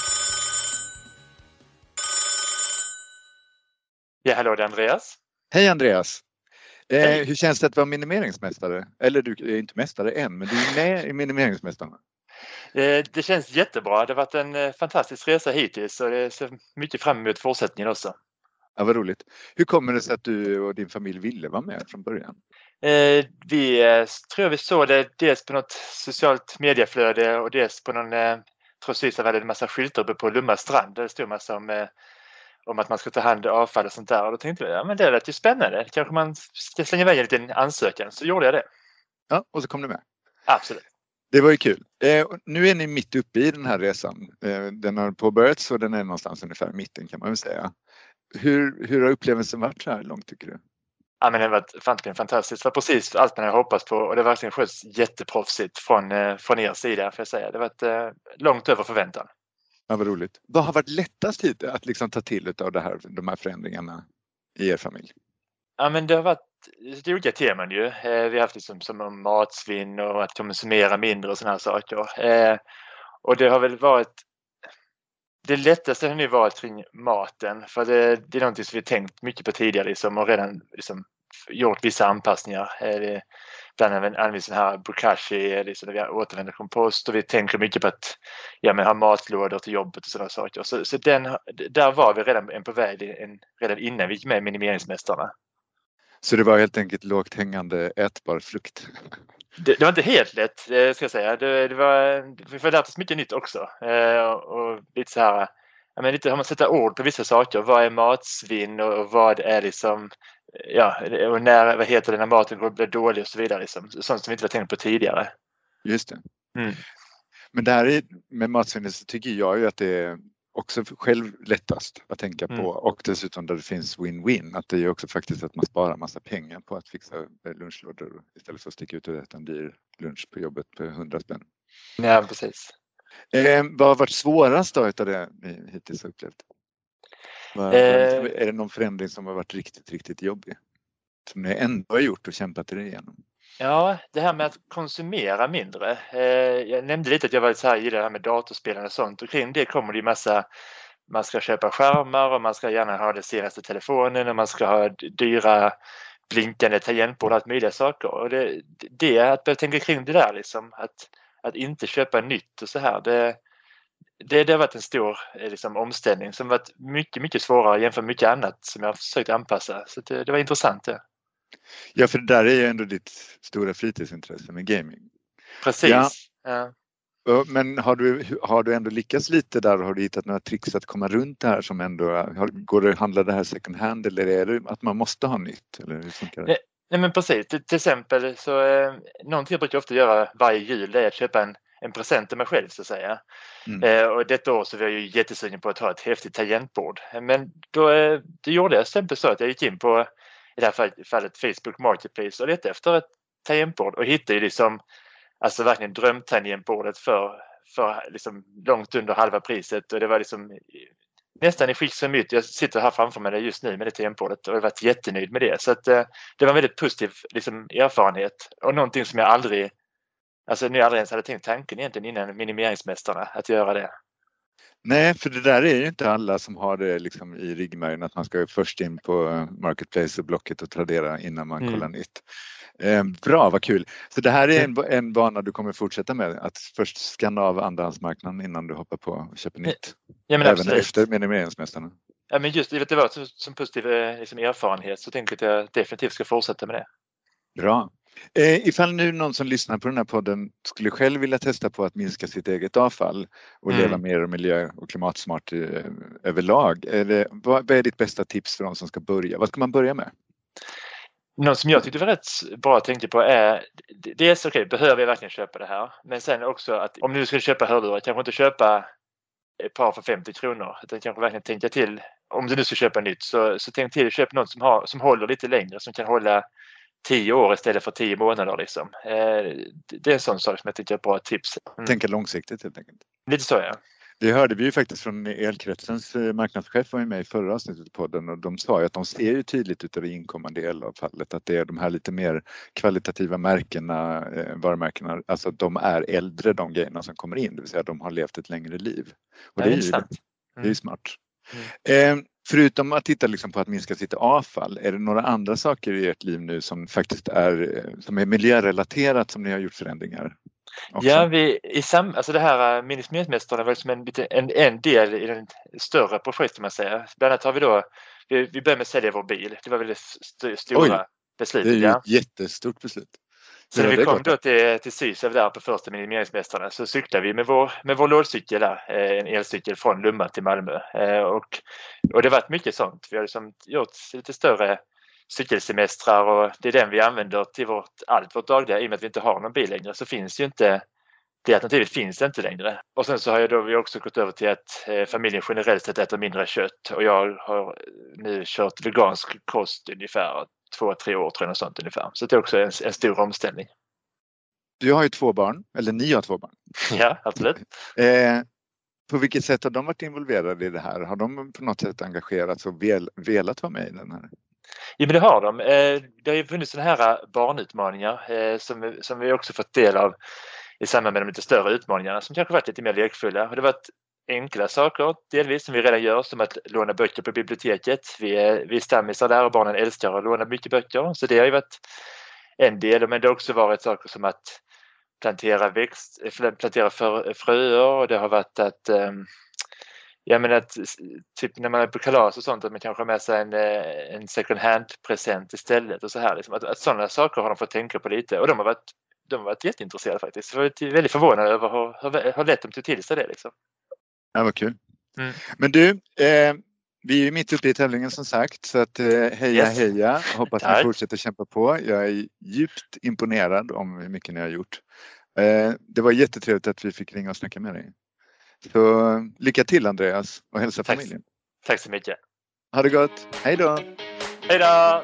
Ja, hallå, det är Andreas. Hej Andreas. Eh, Hej. Hur känns det att vara minimeringsmästare? Eller du är inte mästare än, men du är med i Minimeringsmästarna. Det, det känns jättebra. Det har varit en fantastisk resa hittills och det ser mycket fram emot fortsättningen också. Ja, vad roligt. Hur kommer det sig att du och din familj ville vara med från början? Eh, vi eh, tror vi såg det dels på något socialt medieflöde och dels på någon, eh, trots att vi hade en massa skyltar uppe på Lumma strand där det stod en massa om, eh, om att man ska ta hand om avfall och sånt där. Och då tänkte vi, ja men det lät ju spännande. Kanske man ska slänga iväg en liten ansökan. Så gjorde jag det. Ja, och så kom du med. Absolut. Det var ju kul. Eh, nu är ni mitt uppe i den här resan. Eh, den har påbörjats och den är någonstans ungefär i mitten kan man väl säga. Hur, hur har upplevelsen varit så här långt tycker du? Ja, men det var fantastiskt. Det var precis allt man hade hoppats på och det var verkligen sköts jätteproffsigt från, eh, från er sida för jag säga. Det var ett, eh, långt över förväntan. Ja, vad roligt. Vad har varit lättast hit att liksom ta till av det här, de här förändringarna i er familj? Ja, men det har varit det olika teman ju. Eh, vi har haft liksom som om matsvinn och att konsumera mindre och såna här saker. Eh, och det har väl varit det lättaste har nu varit kring maten för det, det är någonting som vi tänkt mycket på tidigare liksom, och redan liksom, gjort vissa anpassningar. Eh, bland annat använder sån här bokashi liksom, där vi återvänder kompost och vi tänker mycket på att ja, men ha matlådor till jobbet och sådana saker. Så, så den, där var vi redan en på väg en, redan innan vi gick med minimeringsmästarna. Så det var helt enkelt lågt hängande ätbar frukt? Det, det var inte helt lätt, ska jag säga. Det, det var, vi har lärt oss mycket nytt också. Eh, och lite så här, ja, men lite har man sätta ord på vissa saker. Vad är matsvinn och, och vad är liksom, ja, och när, vad heter det när maten går blir dålig och så vidare. Liksom. Sånt som vi inte var tänkt på tidigare. Just det. Mm. Men där med matsvinnet så tycker jag ju att det är också själv lättast att tänka på mm. och dessutom där det finns win-win att det är också faktiskt att man sparar massa pengar på att fixa lunchlådor istället för att sticka ut och äta en dyr lunch på jobbet på hundra spänn. Ja, precis. Eh, vad har varit svårast då utav det ni hittills har upplevt? Var, eh, är det någon förändring som har varit riktigt, riktigt jobbig? Som ni ändå har gjort och kämpat er igenom? Ja, det här med att konsumera mindre. Eh, jag nämnde lite att jag var så här, gillar det här med datorspelande och sånt. Och kring det kommer det ju massa, man ska köpa skärmar och man ska gärna ha den senaste telefonen och man ska ha dyra blinkande tangentbord och allt möjliga saker. Och det, det att börja tänka kring det där liksom, att, att inte köpa nytt och så här. Det, det, det har varit en stor liksom, omställning som varit mycket, mycket svårare jämfört med mycket annat som jag har försökt anpassa. Så det, det var intressant det. Ja, för det där är ju ändå ditt stora fritidsintresse med gaming. Precis. Ja. Ja. Men har du, har du ändå lyckats lite där och har du hittat några tricks att komma runt det här som ändå, går det, handlar det här second hand eller är det att man måste ha nytt? Eller hur funkar det? Nej, nej men precis, till, till exempel så eh, någonting jag brukar ofta göra varje jul det är att köpa en, en present till mig själv så att säga. Mm. Eh, och detta år så var jag ju jättesugen på att ha ett häftigt tangentbord. Men då, eh, då gjorde jag till exempel så att jag gick in på i det här fallet Facebook Marketplace och letade efter ett tangentbord och hittade liksom alltså verkligen drömtangentbordet för, för liksom långt under halva priset och det var liksom nästan i skick som mitt. Jag sitter här framför mig just nu med det tangentbordet och jag har varit jättenöjd med det. Så att, det var en väldigt positiv liksom, erfarenhet och någonting som jag aldrig alltså nu aldrig ens hade tänkt tanken egentligen innan minimeringsmästarna att göra det. Nej, för det där är ju inte alla som har det liksom i ryggmärgen att man ska först in på Marketplace och Blocket och Tradera innan man mm. kollar nytt. Eh, bra, vad kul. Så det här är en, en bana du kommer fortsätta med, att först skanna av andrahandsmarknaden innan du hoppar på och köper nytt. Ja, men även absolut. Efter minimeringsmästarna. Ja, men just det var som, som positiv liksom, erfarenhet så tänker jag att jag definitivt ska fortsätta med det. Bra. Eh, ifall nu någon som lyssnar på den här podden skulle själv vilja testa på att minska sitt eget avfall och mm. leva mer miljö- och klimatsmart eh, överlag. Är det, vad, vad är ditt bästa tips för de som ska börja? Vad ska man börja med? Något som jag tyckte var rätt bra att tänka på är dels okej, okay, behöver jag verkligen köpa det här? Men sen också att om du ska köpa hörlurar, kanske inte köpa ett par för femtio kronor utan kanske verkligen tänka till, om du nu ska köpa nytt så, så tänk till att köpa något som, har, som håller lite längre, som kan hålla tio år istället för tio månader liksom. Det är en sån sak som jag tycker är ett bra tips. Mm. Tänka långsiktigt helt enkelt. Lite så, ja. Det hörde vi ju faktiskt från Elkretsens marknadschef var ju med i förra avsnittet på podden och de sa ju att de ser ju tydligt utav det inkommande elavfallet att det är de här lite mer kvalitativa märkena, varumärkena, alltså de är äldre de grejerna som kommer in, det vill säga de har levt ett längre liv. Och det är ju mm. det är smart. Mm. Eh, förutom att titta liksom på att minska sitt avfall, är det några andra saker i ert liv nu som faktiskt är, som är miljörelaterat som ni har gjort förändringar också? Ja, vi, i sam, alltså det här Minimeringsmästarna var som en, en, en del i den större projektet, man säger. Bland annat har vi då, vi, vi började med att sälja vår bil. Det var väl det st- stora Oj, beslutet. det är ju ja. ett jättestort beslut. Så när vi det kom gott? då till, till Sysav där på första Minimeringsmästarna så cyklade vi med vår, med vår lådcykel där, en elcykel från Lumma till Malmö. Och, och det har varit mycket sånt. Vi har liksom gjort lite större cykelsemestrar och det är den vi använder till vårt, allt vårt dagliga. I och med att vi inte har någon bil längre så finns ju inte, det alternativet finns inte längre. Och sen så har jag då vi också gått över till att eh, familjen generellt sett äter mindre kött och jag har nu kört vegansk kost ungefär två, tre år tror jag, något sånt ungefär. Så det är också en, en stor omställning. Du har ju två barn, eller ni har två barn. Ja, absolut. Eh, på vilket sätt har de varit involverade i det här? Har de på något sätt engagerats och vel, velat vara med i den här? Ja, men det har de. Det har ju funnits sådana här barnutmaningar som, som vi också fått del av i samband med de lite större utmaningarna som kanske varit lite mer lekfulla. Och det har varit enkla saker delvis som vi redan gör, som att låna böcker på biblioteket. Vi är, vi är stammisar där och barnen älskar att låna mycket böcker. Så det har ju varit en del, men det har också varit saker som att plantera växt, plantera för, fröer och det har varit att jag menar att typ när man är på kalas och sånt att man kanske har med sig en, en second hand present istället och så här liksom. Att, att sådana saker har de fått tänka på lite och de har varit, de har varit jätteintresserade faktiskt. Jag var väldigt förvånad över hur, hur, hur lätt de tog till sig det liksom. Ja, vad kul. Mm. Men du, eh, vi är ju mitt uppe i tävlingen som sagt så att eh, heja Yes. heja. Hoppas Tack. ni fortsätter kämpa på. Jag är djupt imponerad om hur mycket ni har gjort. Eh, det var jättetrevligt att vi fick ringa och snacka med dig. Så lycka till Andreas och hälsa Tack. familjen. Tack så mycket. Ha det gott. Hej då. Hej då!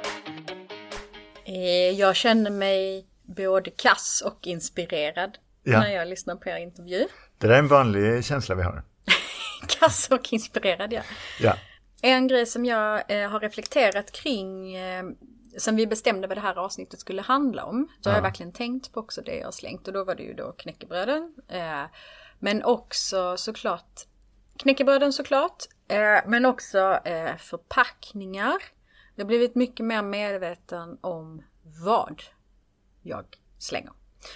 Jag känner mig både kass och inspirerad Ja. när jag lyssnar på er intervju. Det där är en vanlig känsla vi har. Kass och inspirerad, ja. Ja. En grej som jag eh, har reflekterat kring, eh, som vi bestämde vad det här avsnittet skulle handla om, så Ja. har jag verkligen tänkt på också det jag har slängt. Och då var det ju då knäckebröden. Eh, men också såklart, knäckebröden såklart, eh, men också eh, förpackningar. Jag har blivit mycket mer medveten om vad jag slänger.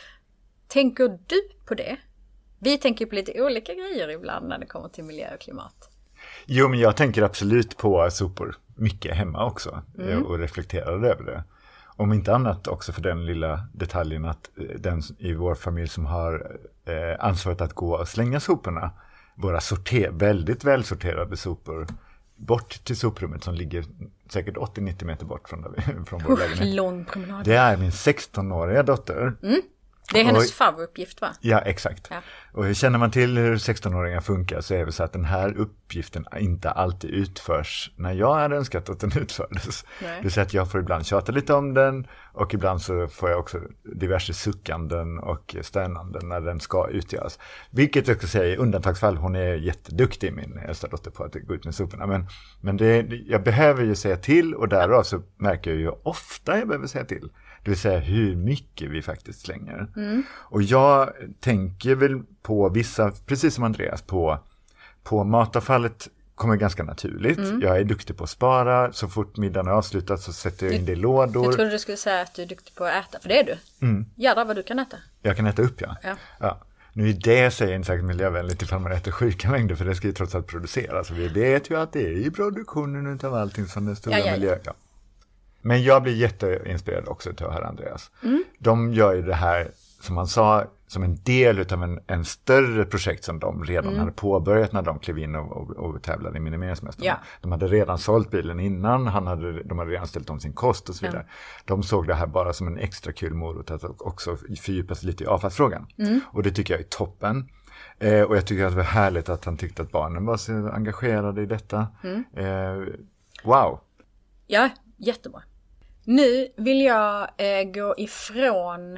Tänker du på det? Vi tänker på lite olika grejer ibland när det kommer till miljö och klimat. Jo, men jag tänker absolut på sopor mycket hemma också Mm. och reflekterar över det. Om inte annat också för den lilla detaljen att den i vår familj som har eh, ansvaret att gå och slänga soporna, våra sorter, väldigt välsorterade sopor, bort till soprummet som ligger säkert åttio till nittio meter bort från, där vi, från vår Usch, lägenhet. lång promenad. Det är min sextonåriga dotter. Mm. Det är hennes Oj. favoruppgift, va? Ja, exakt. Ja. Och känner man till hur sextonåringar funkar så är det så att den här uppgiften inte alltid utförs när jag hade önskat att den utfördes. Nej. Det är så att jag får ibland tjata lite om den och ibland så får jag också diverse suckanden och stönanden när den ska utgöras. Vilket jag ska säga i undantagsfall, hon är jätteduktig, min äldsta dotter, på att gå ut med soporna. Men, men det, jag behöver ju säga till och därav så märker jag ju ofta jag behöver säga till. Det vill säga hur mycket vi faktiskt slänger. Mm. Och jag tänker väl på vissa, precis som Andreas, på, på matavfallet kommer ganska naturligt. Mm. Jag är duktig på att spara. Så fort middagen är avslutad så sätter jag in det i lådor. Jag trodde du skulle säga att du är duktig på att äta, för det är du. Mm. Jädrar vad du kan äta. Jag kan äta upp, ja. Ja. ja. Nu är det säger inte säkert miljövänligt ifall man äter sjuka mängder, för det ska ju trots allt produceras. Vi vet ju att det är i produktionen utav allting som den stora Ja, ja, ja. miljö... Ja. Men jag blir jätteinspirerad också till herr Andreas. Mm. De gör ju det här, som han sa, som en del utav en, en större projekt som de redan Mm. hade påbörjat när de klev in och, och, och tävlade i Minimeringsmästarna. Ja. De hade redan sålt bilen innan, han hade, de hade redan ställt om sin kost och så vidare. De såg det här bara som en extra kul morot att också fördjupa sig lite i avfallsfrågan. Mm. Och det tycker jag är toppen. Eh, och jag tycker att det var härligt att han tyckte att barnen var så engagerade i detta. Mm. Eh, wow! Ja, jättebra. Nu vill jag eh, gå ifrån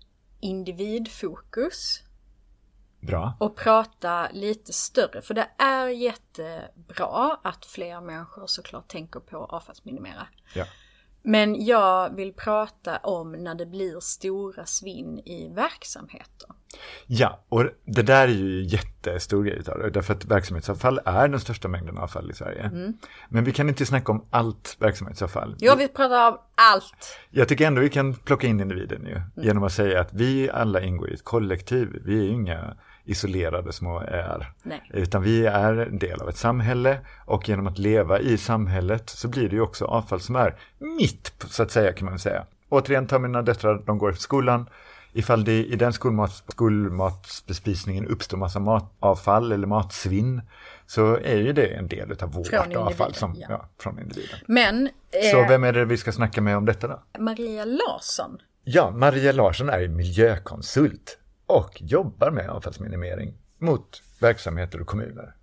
individfokus Bra. och prata lite större. För det är jättebra att fler människor såklart tänker på avfallsminimera. Ja. Men jag vill prata om när det blir stora svinn i verksamheter. Ja, och det där är ju jättestor grej utav det, därför att verksamhetsavfall är den största mängden avfall i Sverige. Mm. Men vi kan inte snacka om allt verksamhetsavfall. Jo, vi pratar om allt. Jag tycker ändå vi kan plocka in individen ju, mm. genom att säga att vi alla ingår i ett kollektiv. Vi är ju inga isolerade små är. Nej. Utan vi är en del av ett samhälle, och genom att leva i samhället så blir det ju också avfall som är mitt, så att säga, kan man säga. Återigen tar mina döttrar, de går till skolan. Ifall det i den skolmat, skolmatsbespisningen uppstår massa matavfall eller matsvinn, så är ju det en del av vårt från avfall som, ja. Ja, från individen. Men, eh, så vem är det vi ska snacka med om detta då? Maria Larsson. Ja, Maria Larsson är miljökonsult och jobbar med avfallsminimering mot verksamheter och kommuner.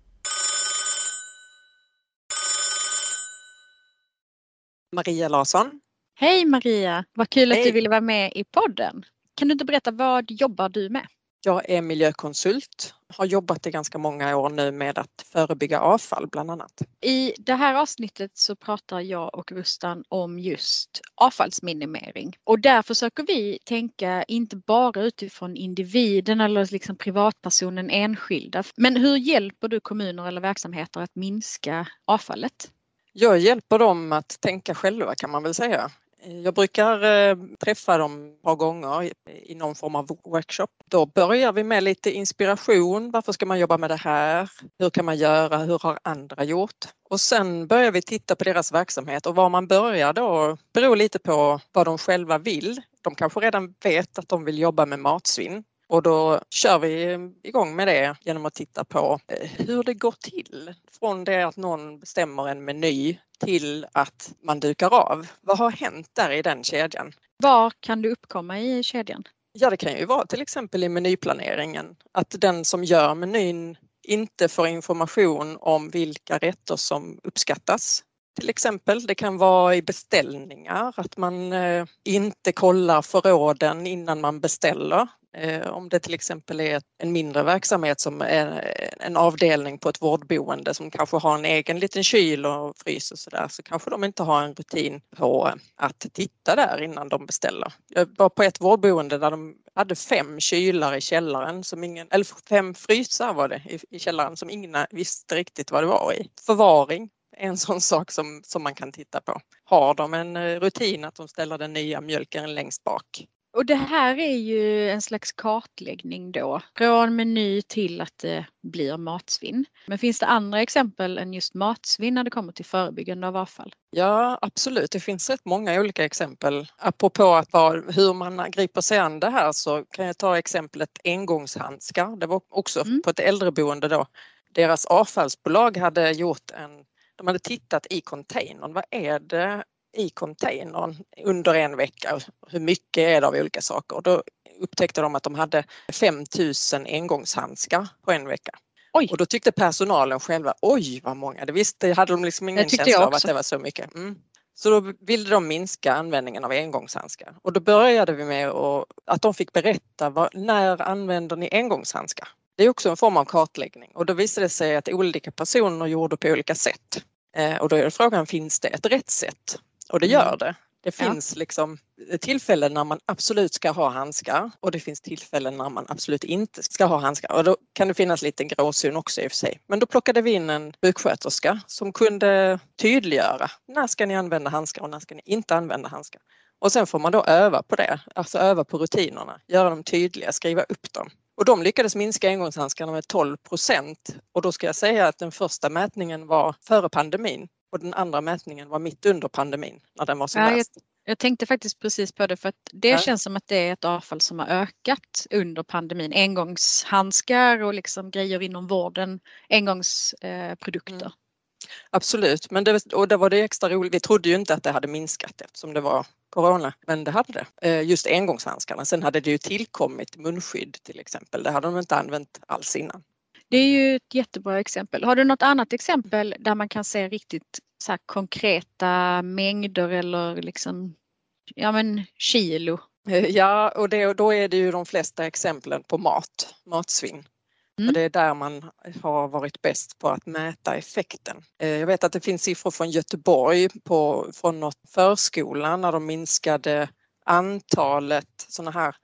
Maria Larsson. Hej Maria, vad kul Hej. Att du ville vara med i podden. Kan du inte berätta, vad jobbar du med? Jag är miljökonsult, har jobbat i ganska många år nu med att förebygga avfall bland annat. I det här avsnittet så pratar jag och Rustan om just avfallsminimering. Och där försöker vi tänka inte bara utifrån individen eller liksom privatpersonen enskilda. Men hur hjälper du kommuner eller verksamheter att minska avfallet? Jag hjälper dem att tänka själva, kan man väl säga. Jag brukar eh, träffa dem ett par gånger i, i någon form av workshop. Då börjar vi med lite inspiration. Varför ska man jobba med det här? Hur kan man göra? Hur har andra gjort? Och sen börjar vi titta på deras verksamhet, och var man börjar då beror lite på vad de själva vill. De kanske redan vet att de vill jobba med matsvinn. Och då kör vi igång med det genom att titta på hur det går till. Från det att någon bestämmer en meny till att man dukar av. Vad har hänt där i den kedjan? Var kan du uppkomma i kedjan? Ja, det kan ju vara till exempel i menyplaneringen. Att den som gör menyn inte får information om vilka rätter som uppskattas. Till exempel, det kan vara i beställningar, att man eh, inte kollar förråden innan man beställer. Eh, om det till exempel är en mindre verksamhet som är en avdelning på ett vårdboende som kanske har en egen liten kyl och frys och sådär, så kanske de inte har en rutin på att titta där innan de beställer. Jag var på ett vårdboende där de hade fem kylar i källaren, som ingen, eller fem frysar var det i, i källaren som ingen visste riktigt vad det var i. Förvaring. En sån sak som, som man kan titta på. Har de en rutin att de ställer den nya mjölken längst bak? Och det här är ju en slags kartläggning då. Från meny till att det blir matsvinn. Men finns det andra exempel än just matsvinn när det kommer till förebyggande av avfall? Ja, absolut. Det finns rätt många olika exempel. Apropå att var, hur man griper sig an det här, så kan jag ta exemplet engångshandskar. Det var också mm. på ett äldreboende då. Deras avfallsbolag hade gjort en De hade tittat i containern. Vad är det i containern under en vecka? Hur mycket är det av olika saker? Och då upptäckte de att de hade fem tusen engångshandskar på en vecka. Oj. Och då tyckte personalen själva, oj vad många. Det visste, hade de liksom ingen känsla av att det var så mycket. Mm. Så då ville de minska användningen av engångshandskar. Och då började vi med att de fick berätta, vad, när använder ni engångshandskar? Det är också en form av kartläggning, och då visade det sig att olika personer gjorde på olika sätt. Eh, och då är frågan, finns det ett rätt sätt? Och det gör det. Det finns ja. liksom tillfällen när man absolut ska ha handskar, och det finns tillfällen när man absolut inte ska ha handskar. Och då kan det finnas lite gråzon också i och för sig. Men då plockade vi in en sjuksköterska som kunde tydliggöra, när ska ni använda handskar och när ska ni inte använda handskar. Och sen får man då öva på det, alltså öva på rutinerna, göra dem tydliga, skriva upp dem. Och de lyckades minska engångshandskarna med tolv procent. Och då ska jag säga att den första mätningen var före pandemin. Och den andra mätningen var mitt under pandemin, när den var som ja, värst. Jag, jag tänkte faktiskt precis på det, för att det ja. känns som att det är ett avfall som har ökat under pandemin. Engångshandskar och liksom grejer inom vården, engångsprodukter. Mm. Absolut, men det, och det var det extra roligt. Vi trodde ju inte att det hade minskat eftersom det var corona, men det hade det. Just engångshandskarna. Sen hade det ju tillkommit munskydd till exempel. Det hade de inte använt alls innan. Det är ju ett jättebra exempel. Har du något annat exempel där man kan se riktigt så här konkreta mängder eller liksom, ja men kilo? Ja, och, det, och då är det ju de flesta exemplen på mat, matsvinn. Mm. Det är där man har varit bäst på att mäta effekten. Jag vet att det finns siffror från Göteborg på, från något förskolan när de minskade antalet såna här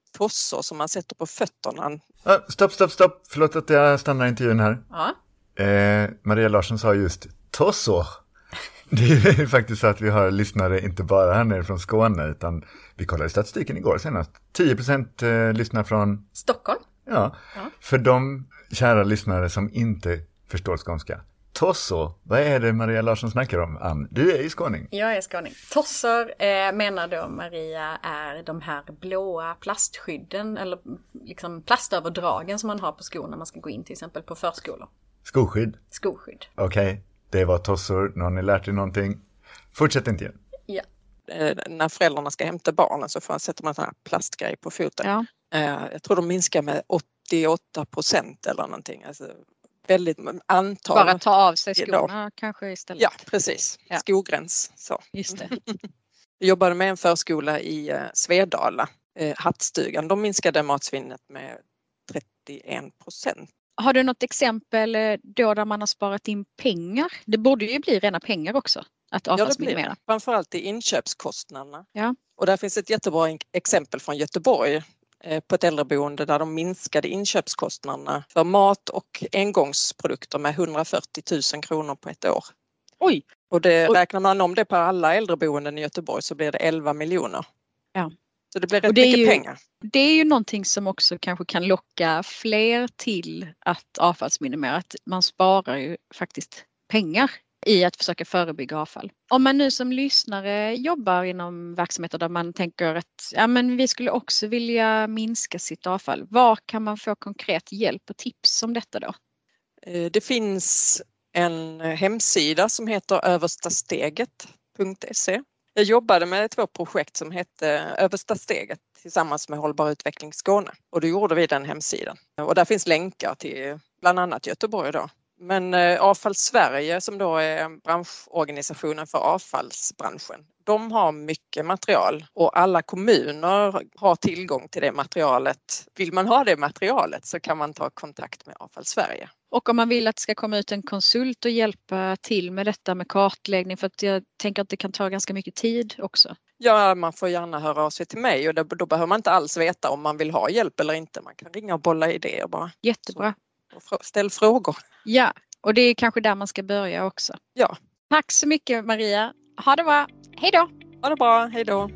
tossor som man sätter på fötterna. Ah, stopp, stopp, stopp. Förlåt att jag stannar intervjun här. Ja. Eh, Maria Larsson sa just tossor. Det är faktiskt så att vi har lyssnare inte bara här nere från Skåne, utan vi kollade statistiken igår senast. tio procent eh, lyssnar från Stockholm. Ja, ja, för de kära lyssnare som inte förstår skånska. Tosso, vad är det Maria Larsson snackar om, Ann? Du är ju skåning. Jag är skåning. Tossor eh, menar då Maria är de här blåa plastskydden eller liksom plastöverdragen som man har på skor när man ska gå in till exempel på förskolor. Skoskydd? Skoskydd. Okej, okay. Det var tossor. Nu har ni lärt er någonting. Fortsätt inte igen. Ja. Eh, när föräldrarna ska hämta barnen så får, sätter man en sån här plastgrej på foten. Ja. Eh, jag tror de minskar med åttioåtta procent eller någonting. Alltså, väldigt antal. Bara ta av sig skorna då. Kanske istället. Ja, precis. Ja. Skogräns. Så. Just det. Jag jobbade med en förskola i eh, Svedala, eh, Hattstugan. De minskade matsvinnet med trettioen procent. Har du något exempel då där man har sparat in pengar? Det borde ju bli rena pengar också. Att avfallsminimera. Ja, det blir framförallt i inköpskostnaderna. Ja. Och där finns ett jättebra exempel från Göteborg eh, på ett äldreboende där de minskade inköpskostnaderna för mat och engångsprodukter med hundrafyrtio tusen kronor på ett år. Oj! Och det, Oj. räknar man om det på alla äldreboenden i Göteborg så blir det elva miljoner. Ja. Så det blir rätt det mycket ju, pengar. Det är ju någonting som också kanske kan locka fler till att avfallsminimera. Att man sparar ju faktiskt pengar i att försöka förebygga avfall. Om man nu som lyssnare jobbar inom verksamheter där man tänker att ja, men vi skulle också vilja minska sitt avfall. Var kan man få konkret hjälp och tips om detta då? Det finns en hemsida som heter överstasteget punkt se. Jag jobbade med två projekt som hette Översta steget tillsammans med Hållbar utveckling Skåne. Och då gjorde vi den hemsidan. Och där finns länkar till bland annat Göteborg då. Men eh, Avfall Sverige som då är branschorganisationen för avfallsbranschen. De har mycket material och alla kommuner har tillgång till det materialet. Vill man ha det materialet så kan man ta kontakt med Avfall Sverige. Och om man vill att det ska komma ut en konsult och hjälpa till med detta med kartläggning, för att jag tänker att det kan ta ganska mycket tid också. Ja, man får gärna höra av sig till mig och då, då behöver man inte alls veta om man vill ha hjälp eller inte. Man kan ringa och bolla idéer bara. Jättebra. Så, och ställ frågor. Ja, och det är kanske där man ska börja också. Ja. Tack så mycket Maria. Ha det bra. Hej då! Ha det bra. Hej då!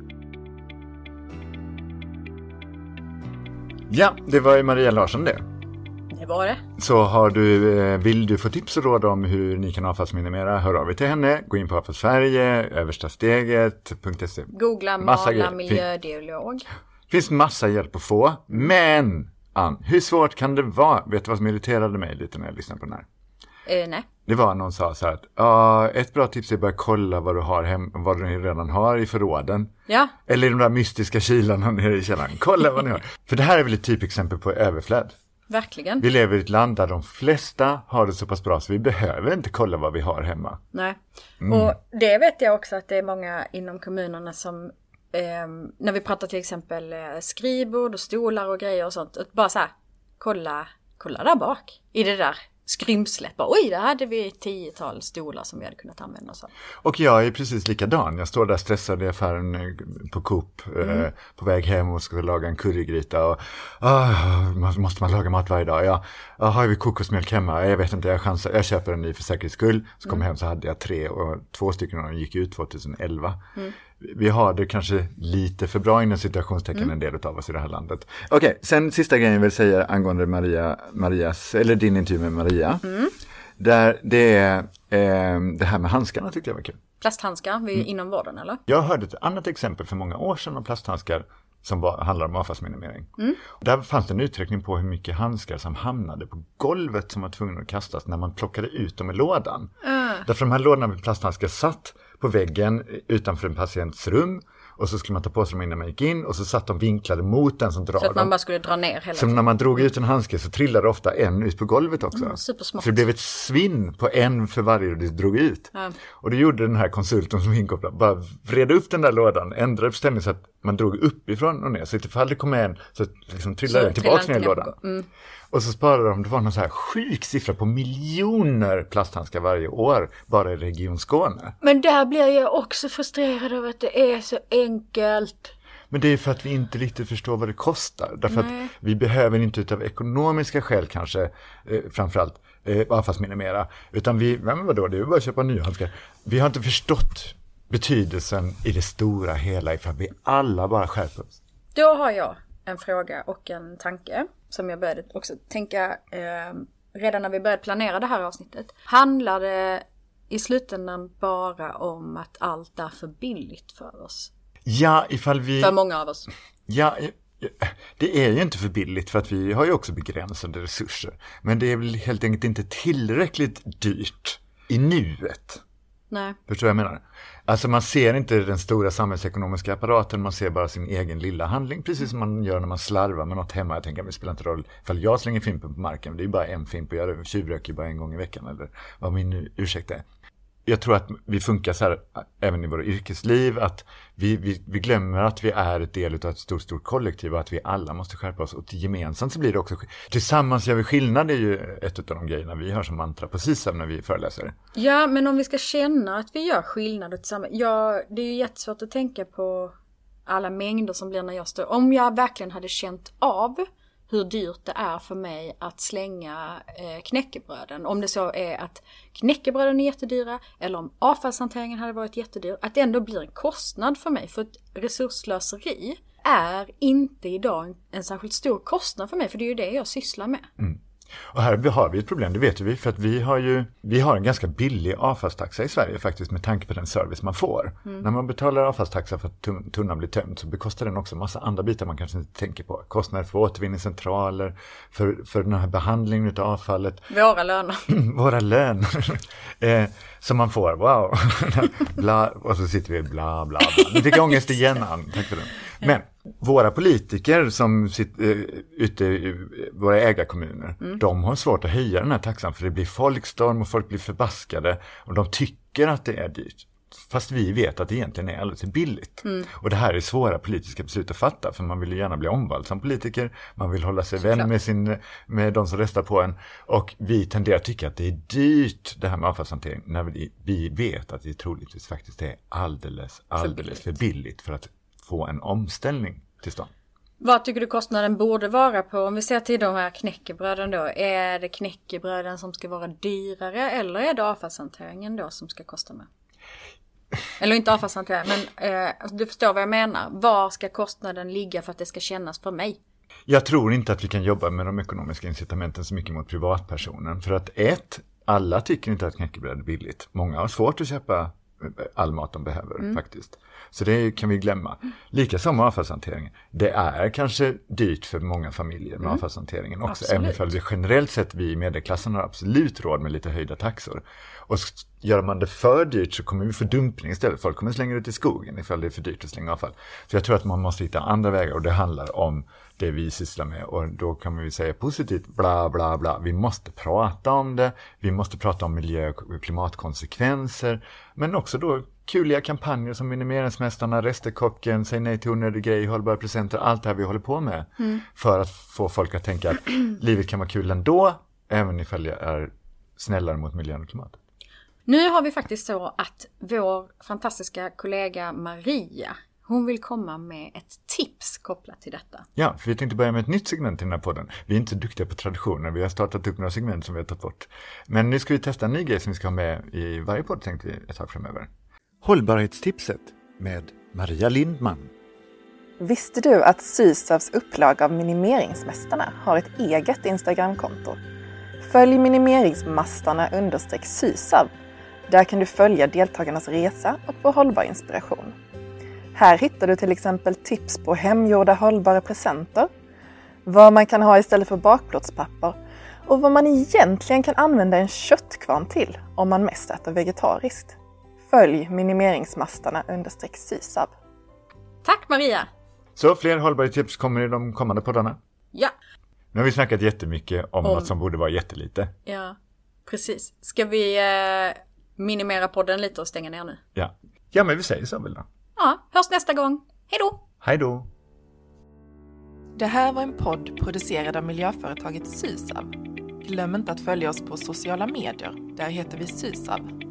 Ja, det var ju Maria Larsson det. Det var det. Så har du, vill du få tips och råd om hur ni kan avfallsminimera, hör av er till henne. Gå in på Avfall Sverige, överstasteget punkt se. Googla Mala miljödialog. Det finns massa hjälp att få. Men, Ann, hur svårt kan det vara? Vet du vad som irriterade mig lite när jag lyssnade på den här? Uh, nej. Det var någon som sa så här att ah, ett bra tips är att börja kolla vad du har hem, vad du redan har i förråden. Ja. Eller i de där mystiska kylarna nere i källaren. Kolla vad ni har. För det här är väl ett typexempel på överflöd. Verkligen. Vi lever i ett land där de flesta har det så pass bra så vi behöver inte kolla vad vi har hemma. Nej. Mm. Och det vet jag också att det är många inom kommunerna som eh, när vi pratar till exempel eh, skrivbord och stolar och grejer och sånt. Att bara så här, kolla, kolla där bak i det där skrymslet. Bara, oj, där hade vi ett tiotal stolar som vi hade kunnat använda. Så. Och jag är precis likadan. Jag står där stressad i affären på Coop mm. eh, på väg hem och ska laga en currygryta. Och, oh, måste man laga mat varje dag? Ja, oh, har vi kokosmjölk hemma? Jag vet inte, jag chansar. Jag köper en ny för säkerhets skull. Så kom mm. hem så hade jag tre och två stycken av dem gick ut tjugoelva. Mm. Vi har det kanske lite för bra inom situationstecken mm. en del av oss i det här landet. Okej, okay, sen sista grejen jag vill säga angående Maria, Marias, eller din intervju med Maria. Mm. Där det är eh, det här med handskarna tyckte jag var kul. Plasthandskar vi, mm. inom vården eller? Jag hörde ett annat exempel för många år sedan om plasthandskar som var, handlar om avfallsminimering. Mm. Där fanns det en uträkning på hur mycket handskar som hamnade på golvet som var tvungna att kastas när man plockade ut dem i lådan. Mm. Därför de här lådorna med plasthandskar satt på väggen utanför en patients rum och så skulle man ta på sig dem innan man gick in och så satt de vinklade mot den som drar dem. Så att man dem. Bara skulle dra ner hela Så när man drog ut en handske så trillade ofta en ut på golvet också. Mm, supersmart. Så det blev ett svinn på en för varje du drog ut. Mm. Och det gjorde den här konsulten som inkopplade. Bara vreda upp den där lådan, ändrade uppställningen så att man drog uppifrån och ner. Så ifall det kom en så liksom trillade den tillbaka ner i lådan. Mm. Och så sparade de, det var någon så här sjuk siffra på miljoner plasthandskar varje år bara i Region Skåne. Men där blir jag också frustrerad av att det är så enkelt. Men det är för att vi inte riktigt förstår vad det kostar. Därför Nej. att vi behöver inte utav ekonomiska skäl kanske, eh, framförallt, eh, avfallsminimera. Utan vi, men vadå, det är bara att köpa nya handskar. Vi har inte förstått betydelsen i det stora hela ifall vi alla bara skärper oss. Då har jag en fråga och en tanke som jag började också tänka eh, redan när vi började planera det här avsnittet. Handlar det i slutändan bara om att allt är för billigt för oss? Ja, ifall vi... För många av oss. Ja, det är ju inte för billigt för att vi har ju också begränsade resurser. Men det är väl helt enkelt inte tillräckligt dyrt i nuet. Nej. Förstår vad jag menar? Alltså man ser inte den stora samhällsekonomiska apparaten, man ser bara sin egen lilla handling. Precis som man gör när man slarvar med något hemma. Jag tänker att det spelar inte roll ifall jag slänger fimpen på marken. Det är ju bara en fimp och jag tjuvröker bara en gång i veckan. Eller vad min ursäkt är. Jag tror att vi funkar så här även i våra yrkesliv. Att vi, vi, vi glömmer att vi är ett del av ett stort, stort kollektiv. Och att vi alla måste skärpa oss. Och gemensamt så blir det också... Tillsammans gör vi skillnad. Det är ju ett av de grejerna vi har som mantra. Precis som när vi föreläser. Ja, men om vi ska känna att vi gör skillnad tillsammans. Ja, det är ju jättesvårt att tänka på alla mängder som blir när jag står. Om jag verkligen hade känt av hur dyrt det är för mig att slänga eh, knäckebröden. Om det så är att knäckebröden är jättedyra eller om avfallshanteringen hade varit jättedyr. Att det ändå blir en kostnad för mig. För ett resursslöseri är inte idag en, en särskilt stor kostnad för mig. För det är ju det jag sysslar med. Mm. Och här har vi ett problem, det vet vi, för att vi har ju vi har en ganska billig avfallstaxa i Sverige faktiskt med tanke på den service man får. Mm. När man betalar avfallstaxa för att tun- tunnan blir tömd så bekostar den också en massa andra bitar man kanske inte tänker på. Kostnader för återvinningscentraler, för, för den här behandlingen av avfallet. Våra löner. Våra löner. eh, som man får, wow. bla, och så sitter vi bla bla bla. Nu fick jag ångest igen, Ann. Tack för det. Men våra politiker som sitter uh, ute i våra ägarkommuner, mm. de har svårt att höja den här taxan för det blir folkstorm och folk blir förbaskade och de tycker att det är dyrt. Fast vi vet att det egentligen är alldeles billigt. Mm. Och det här är svåra politiska beslut att fatta för man vill ju gärna bli omvald som politiker. Man vill hålla sig vän med, sin, med de som röstar på en. Och vi tenderar att tycka att det är dyrt det här med avfallshantering när vi, vi vet att det troligtvis faktiskt är alldeles, alldeles för billigt. för billigt för att få en omställning till stånd. Vad tycker du kostnaden borde vara på? Om vi ser till de här knäckebröden då. Är det knäckebröden som ska vara dyrare eller är det avfallshanteringen då som ska kosta mer? Eller inte avfallshantering, men eh, du förstår vad jag menar. Var ska kostnaden ligga för att det ska kännas för mig? Jag tror inte att vi kan jobba med de ekonomiska incitamenten så mycket mot privatpersonen. För att ett, alla tycker inte att knäckebröd är billigt. Många har svårt att köpa all mat de behöver mm. faktiskt. Så det kan vi glömma. Lika som avfallshanteringen. Det är kanske dyrt för många familjer med mm. avfallshanteringen också. Absolut. Även om det generellt sett vi i medelklassen har absolut råd med lite höjda taxor. Och gör man det för dyrt så kommer vi få dumpning istället. Folk kommer slänga ut i skogen ifall det är för dyrt att slänga avfall. Så jag tror att man måste hitta andra vägar och det handlar om det vi sysslar med. Och då kan man ju säga positivt bla bla bla. Vi måste prata om det. Vi måste prata om miljö- och klimatkonsekvenser. Men också då kuliga kampanjer som Minimeringsmästarna, Resterkocken, Säg nej till onödig grej, Hållbara presenter, allt det här vi håller på med. Mm. För att få folk att tänka att livet kan vara kul ändå, även ifall jag är snällare mot miljön och klimatet. Nu har vi faktiskt så att vår fantastiska kollega Maria, hon vill komma med ett tips kopplat till detta. Ja, för vi tänkte börja med ett nytt segment i den här podden. Vi är inte duktiga på traditioner, vi har startat upp några segment som vi har tagit bort. Men nu ska vi testa en ny grej som vi ska ha med i varje podd, tänkte vi ett tag framöver. Hållbarhetstipset med Maria Lindman. Visste du att Sysavs upplag av Minimeringsmästarna har ett eget Instagramkonto? Följ Minimeringsmästarna understreck Sysav. Där kan du följa deltagarnas resa och få hållbar inspiration. Här hittar du till exempel tips på hemgjorda hållbara presenter, vad man kan ha istället för bakplåtspapper och vad man egentligen kan använda en köttkvarn till om man mest äter vegetariskt. Följ Minimeringsmästarna understreck Sysav. Tack Maria! Så fler hållbarhetstips kommer i de kommande poddarna? Ja. Nu har vi snackat jättemycket om, om något som borde vara jättelite. Ja, precis. Ska vi eh, minimera podden lite och stänga ner nu? Ja, ja men vi säger så väl då. Ja, hörs nästa gång. Hej då! Hej då! Det här var en podd producerad av miljöföretaget Sysav. Glöm inte att följa oss på sociala medier. Där heter vi Sysav.